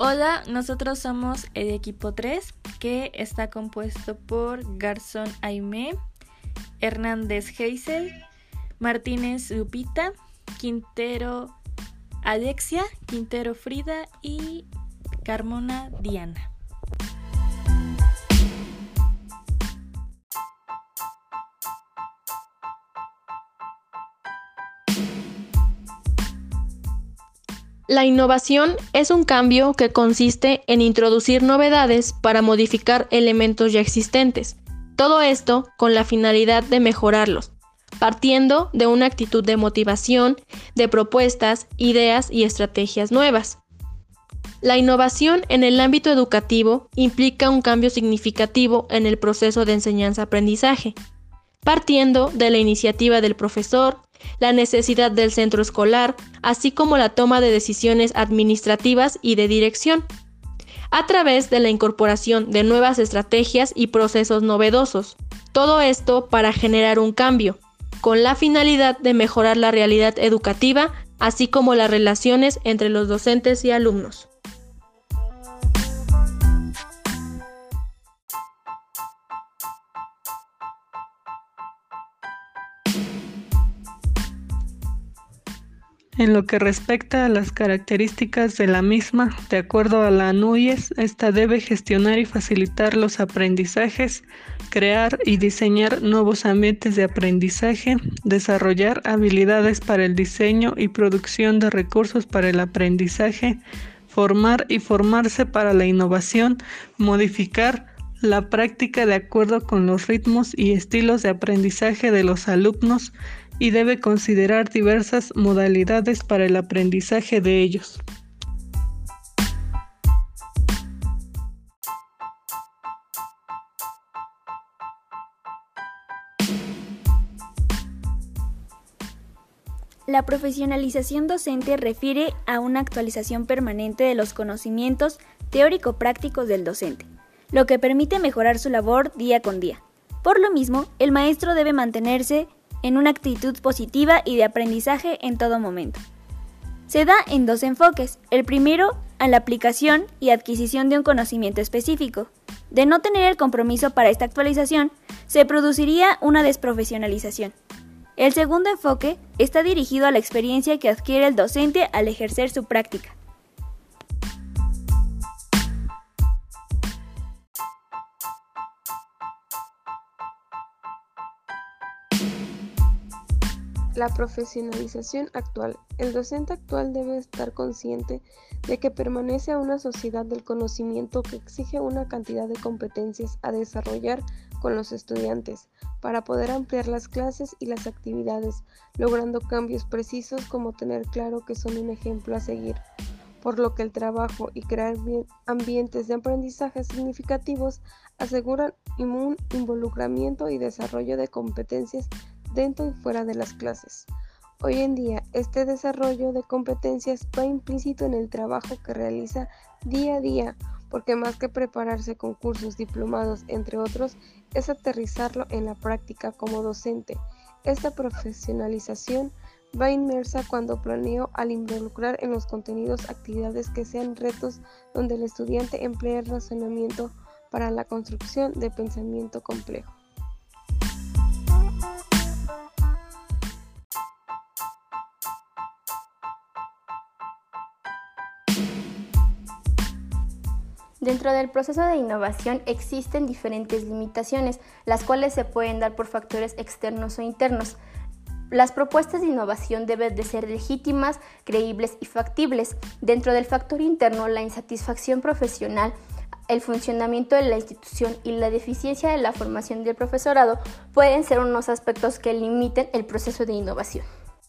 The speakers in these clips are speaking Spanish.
Hola, nosotros somos el equipo 3, que está compuesto por Garzón Aimé, Hernández Geisel, Martínez Lupita, Quintero Alexia, Quintero Frida y Carmona Diana. La innovación es un cambio que consiste en introducir novedades para modificar elementos ya existentes. Todo esto con la finalidad de mejorarlos, partiendo de una actitud de motivación, de propuestas, ideas y estrategias nuevas. La innovación en el ámbito educativo implica un cambio significativo en el proceso de enseñanza-aprendizaje, partiendo de la iniciativa del profesor, la necesidad del centro escolar, así como la toma de decisiones administrativas y de dirección, a través de la incorporación de nuevas estrategias y procesos novedosos. Todo esto para generar un cambio, con la finalidad de mejorar la realidad educativa, así como las relaciones entre los docentes y alumnos. En lo que respecta a las características de la misma, de acuerdo a la NUYES, esta debe gestionar y facilitar los aprendizajes, crear y diseñar nuevos ambientes de aprendizaje, desarrollar habilidades para el diseño y producción de recursos para el aprendizaje, formar y formarse para la innovación, modificar la práctica de acuerdo con los ritmos y estilos de aprendizaje de los alumnos, y debe considerar diversas modalidades para el aprendizaje de ellos. La profesionalización docente refiere a una actualización permanente de los conocimientos teórico-prácticos del docente, lo que permite mejorar su labor día con día. Por lo mismo, el maestro debe mantenerse en una actitud positiva y de aprendizaje en todo momento. Se da en dos enfoques. El primero, a la aplicación y adquisición de un conocimiento específico. De no tener el compromiso para esta actualización, se produciría una desprofesionalización. El segundo enfoque está dirigido a la experiencia que adquiere el docente al ejercer su práctica. La profesionalización actual. El docente actual debe estar consciente de que pertenece a una sociedad del conocimiento que exige una cantidad de competencias a desarrollar con los estudiantes para poder ampliar las clases y las actividades, logrando cambios precisos como tener claro que son un ejemplo a seguir. Por lo que el trabajo y crear ambientes de aprendizaje significativos aseguran un involucramiento y desarrollo de competencias dentro y fuera de las clases. Hoy en día, este desarrollo de competencias va implícito en el trabajo que realiza día a día, porque más que prepararse con cursos, diplomados, entre otros, es aterrizarlo en la práctica como docente. Esta profesionalización va inmersa cuando planeo al involucrar en los contenidos actividades que sean retos donde el estudiante emplee el razonamiento para la construcción de pensamiento complejo. Dentro del proceso de innovación existen diferentes limitaciones, las cuales se pueden dar por factores externos o internos. Las propuestas de innovación deben de ser legítimas, creíbles y factibles. Dentro del factor interno, la insatisfacción profesional, el funcionamiento de la institución y la deficiencia de la formación del profesorado pueden ser unos aspectos que limiten el proceso de innovación.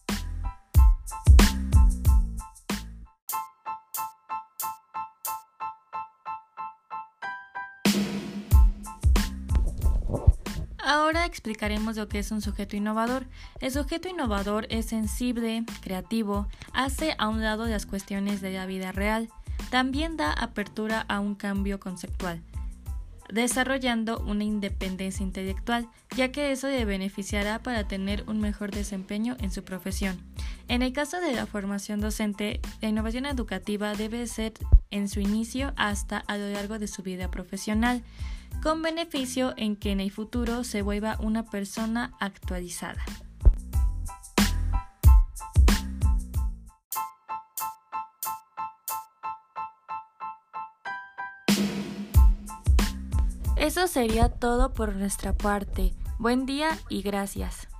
Ahora explicaremos lo que es un sujeto innovador. El sujeto innovador es sensible, creativo, hace a un lado las cuestiones de la vida real. También da apertura a un cambio conceptual. desarrollando una independencia intelectual, ya que eso le beneficiará para tener un mejor desempeño en su profesión. En el caso de la formación docente, la innovación educativa debe ser en su inicio hasta a lo largo de su vida profesional, con beneficio en que en el futuro se vuelva una persona actualizada. Eso sería todo por nuestra parte. Buen día y gracias.